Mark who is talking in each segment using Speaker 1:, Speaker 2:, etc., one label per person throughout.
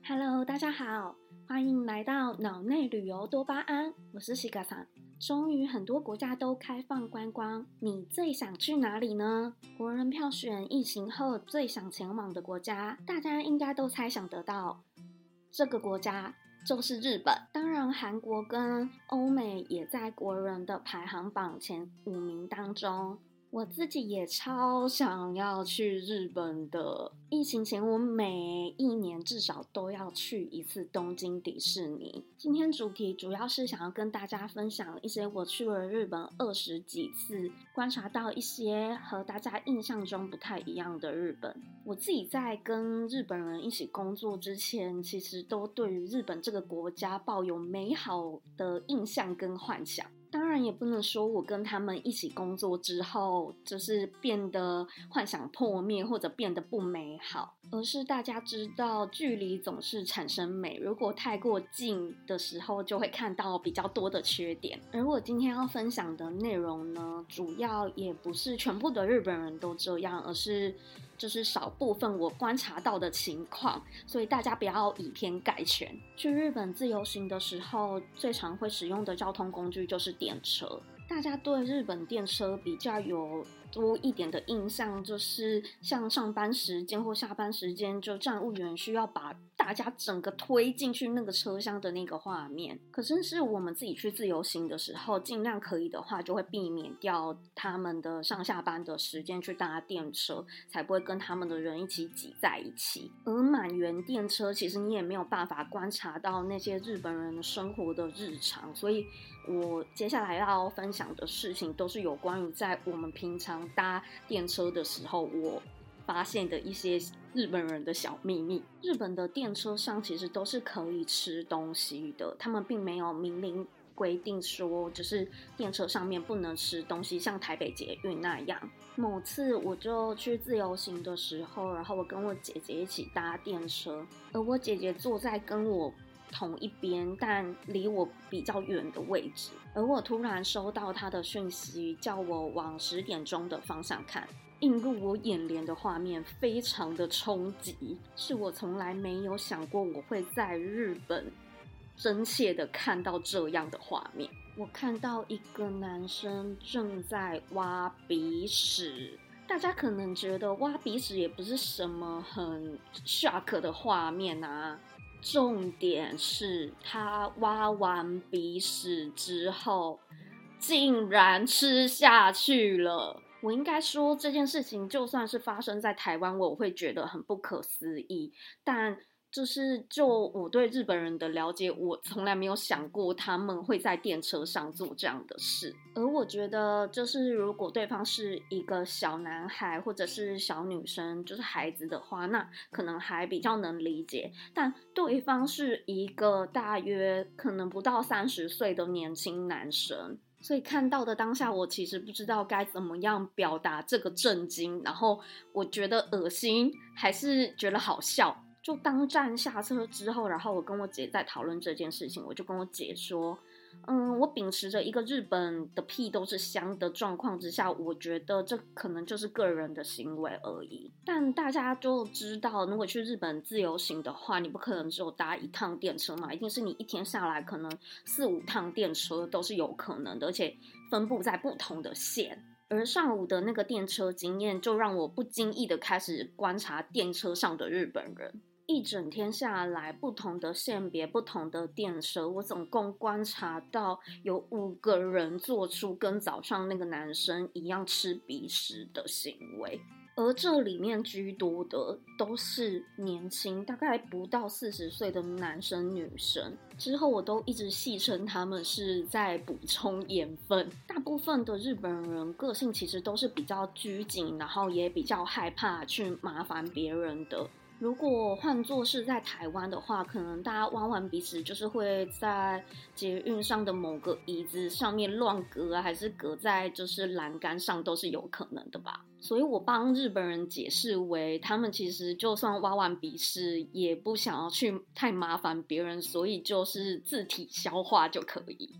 Speaker 1: Hello，大家好，欢迎来到脑内旅游多巴胺，我是西嘎桑。终于很多国家都开放观光，你最想去哪里呢？国人票选疫情后最想前往的国家，大家应该都猜想得到，这个国家就是日本。当然，韩国跟欧美也在国人的排行榜前5名当中。我自己也超想要去日本的。疫情前，我每一年至少都要去一次东京迪士尼。今天主题主要是想要跟大家分享一些我去了日本20几次，观察到一些和大家印象中不太一样的日本。我自己在跟日本人一起工作之前，其实都对于日本这个国家抱有美好的印象跟幻想。当然也不能说我跟他们一起工作之后就是变得幻想破灭或者变得不美好，而是大家知道距离总是产生美，如果太过近的时候就会看到比较多的缺点。而我今天要分享的内容呢，主要也不是全部的日本人都这样，而是就是少部分我观察到的情况，所以大家不要以偏概全。去日本自由行的时候，最常会使用的交通工具就是电车。大家对日本电车比较有多一点的印象，就是像上班时间或下班时间，就站务员需要把大家整个推进去那个车厢的那个画面。可是我们自己去自由行的时候，尽量可以的话就会避免掉他们的上下班的时间去搭电车，才不会跟他们的人一起挤在一起。而满员电车其实你也没有办法观察到那些日本人生活的日常，所以我接下来要分享的事情都是有关于在我们平常搭电车的时候我发现的一些日本人的小秘密。日本的电车上其实都是可以吃东西的，他们并没有明令规定说就是电车上面不能吃东西，像台北捷运那样。某次我就去自由行的时候，然后我跟我姐姐一起搭电车，而我姐姐坐在跟我同一边但离我比较远的位置，而我突然收到她的讯息，叫我往10点钟的方向看。映入我眼帘的画面非常的冲击，是我从来没有想过我会在日本真切的看到这样的画面。我看到一个男生正在挖鼻屎，大家可能觉得挖鼻屎也不是什么很 shock 的画面啊，重点是他挖完鼻屎之后竟然吃下去了。我应该说这件事情就算是发生在台湾我会觉得很不可思议，但就我对日本人的了解，我从来没有想过他们会在电车上做这样的事。而我觉得就是如果对方是一个小男孩或者是小女生，就是孩子的话，那可能还比较能理解，但对方是一个大约可能不到30岁的年轻男生，所以看到的当下我其实不知道该怎么样表达这个震惊，然后我觉得恶心还是觉得好笑。就当站下车之后，然后我跟我姐在讨论这件事情，我就跟我姐说我秉持着一个日本的屁都是香的状况之下，我觉得这可能就是个人的行为而已。但大家就知道，如果去日本自由行的话，你不可能只有搭一趟电车嘛，一定是你一天下来可能4、5趟电车都是有可能的，而且分布在不同的线。而上午的那个电车经验就让我不经意的开始观察电车上的日本人。一整天下来，不同的线别、不同的电车，我总共观察到有5个人做出跟早上那个男生一样吃鼻屎的行为，而这里面居多的都是年轻，大概不到40岁的男生女生。之后我都一直戏称他们是在补充盐分。大部分的日本人个性其实都是比较拘谨，然后也比较害怕去麻烦别人的。如果换作是在台湾的话，可能大家挖完鼻屎就是会在捷运上的某个椅子上面乱隔啊，还是隔在就是栏杆上都是有可能的吧。所以我帮日本人解释为，他们其实就算挖完鼻屎也不想要去太麻烦别人，所以就是自体消化就可以。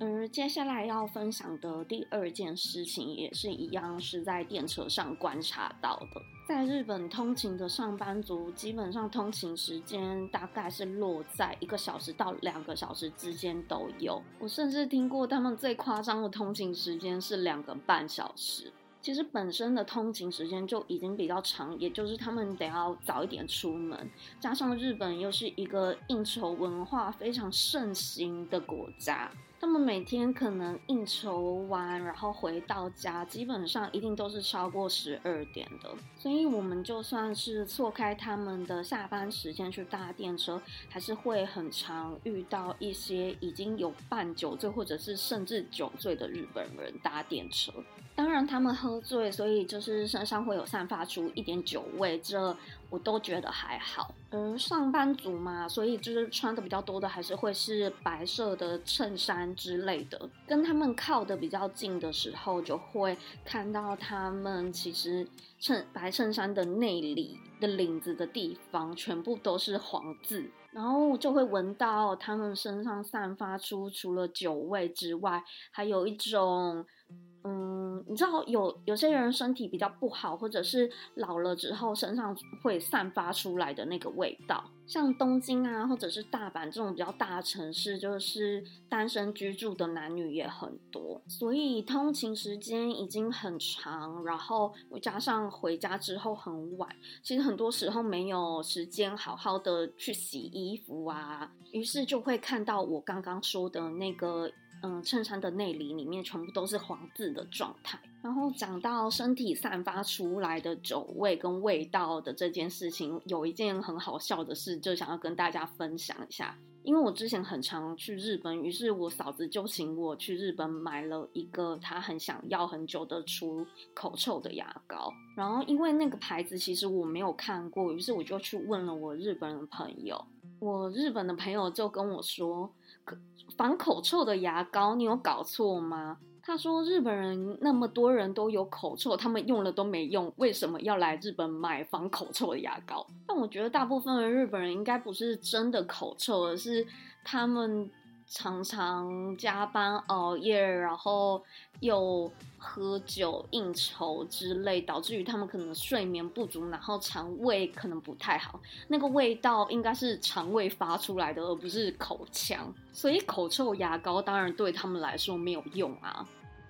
Speaker 1: 而接下来要分享的第二件事情也是一样，是在电车上观察到的。在日本通勤的上班族，基本上通勤时间大概是落在1个小时到2个小时之间都有。我甚至听过他们最夸张的通勤时间是2个半小时。其实本身的通勤时间就已经比较长，也就是他们得要早一点出门，加上日本又是一个应酬文化非常盛行的国家，他们每天可能应酬完，然后回到家，基本上一定都是超过12点的。所以我们就算是错开他们的下班时间去搭电车，还是会很常遇到一些已经有半酒醉或者是甚至酒醉的日本人搭电车。当然他们喝醉，所以就是身上会有散发出一点酒味，这我都觉得还好。而上班族嘛，所以就是穿的比较多的还是会是白色的衬衫之类的。跟他们靠的比较近的时候，就会看到他们其实白衬衫的内里的领子的地方全部都是黄字，然后就会闻到他们身上散发出除了酒味之外，还有一种你知道有些人身体比较不好，或者是老了之后身上会散发出来的那个味道。像东京啊，或者是大阪这种比较大的城市，就是单身居住的男女也很多，所以通勤时间已经很长，然后加上回家之后很晚，其实很多时候没有时间好好的去洗衣服啊，于是就会看到我刚刚说的那个衬衫的内里面全部都是黄字的状态。然后讲到身体散发出来的酒味跟味道的这件事情，有一件很好笑的事，就想要跟大家分享一下。因为我之前很常去日本，于是我嫂子就请我去日本买了一个她很想要很久的除口臭的牙膏。然后因为那个牌子其实我没有看过，于是我就去问了我日本的朋友。我日本的朋友就跟我说，防口臭的牙膏你有搞错吗？他说日本人那么多人都有口臭，他们用了都没用，为什么要来日本买防口臭的牙膏？但我觉得大部分的日本人应该不是真的口臭，而是他们常常加班熬夜，然后又喝酒应酬之类，导致于他们可能睡眠不足，然后肠胃可能不太好，那个味道应该是肠胃发出来的，而不是口腔，所以口臭牙膏当然对他们来说没有用啊。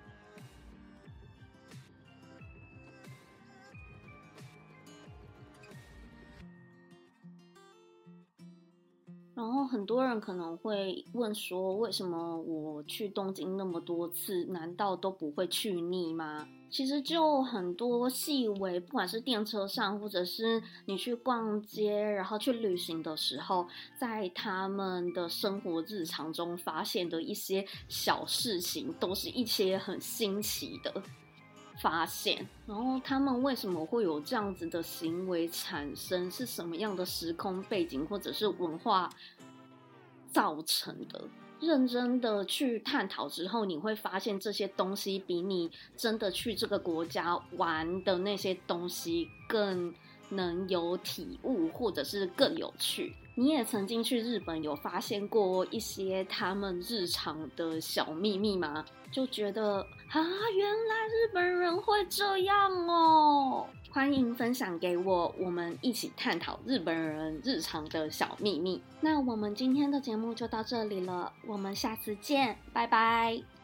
Speaker 1: 然后很多人可能会问说，为什么我去东京那么多次，难道都不会去腻吗？其实就很多细微，不管是电车上，或者是你去逛街，然后去旅行的时候，在他们的生活日常中发现的一些小事情，都是一些很新奇的发现。然后他们为什么会有这样子的行为产生，是什么样的时空背景或者是文化造成的，认真的去探讨之后，你会发现这些东西比你真的去这个国家玩的那些东西更能有体悟，或者是更有趣。你也曾经去日本有发现过一些他们日常的小秘密吗？就觉得啊，原来日本人会这样哦！欢迎分享给我，我们一起探讨日本人日常的小秘密。那我们今天的节目就到这里了，我们下次见，拜拜。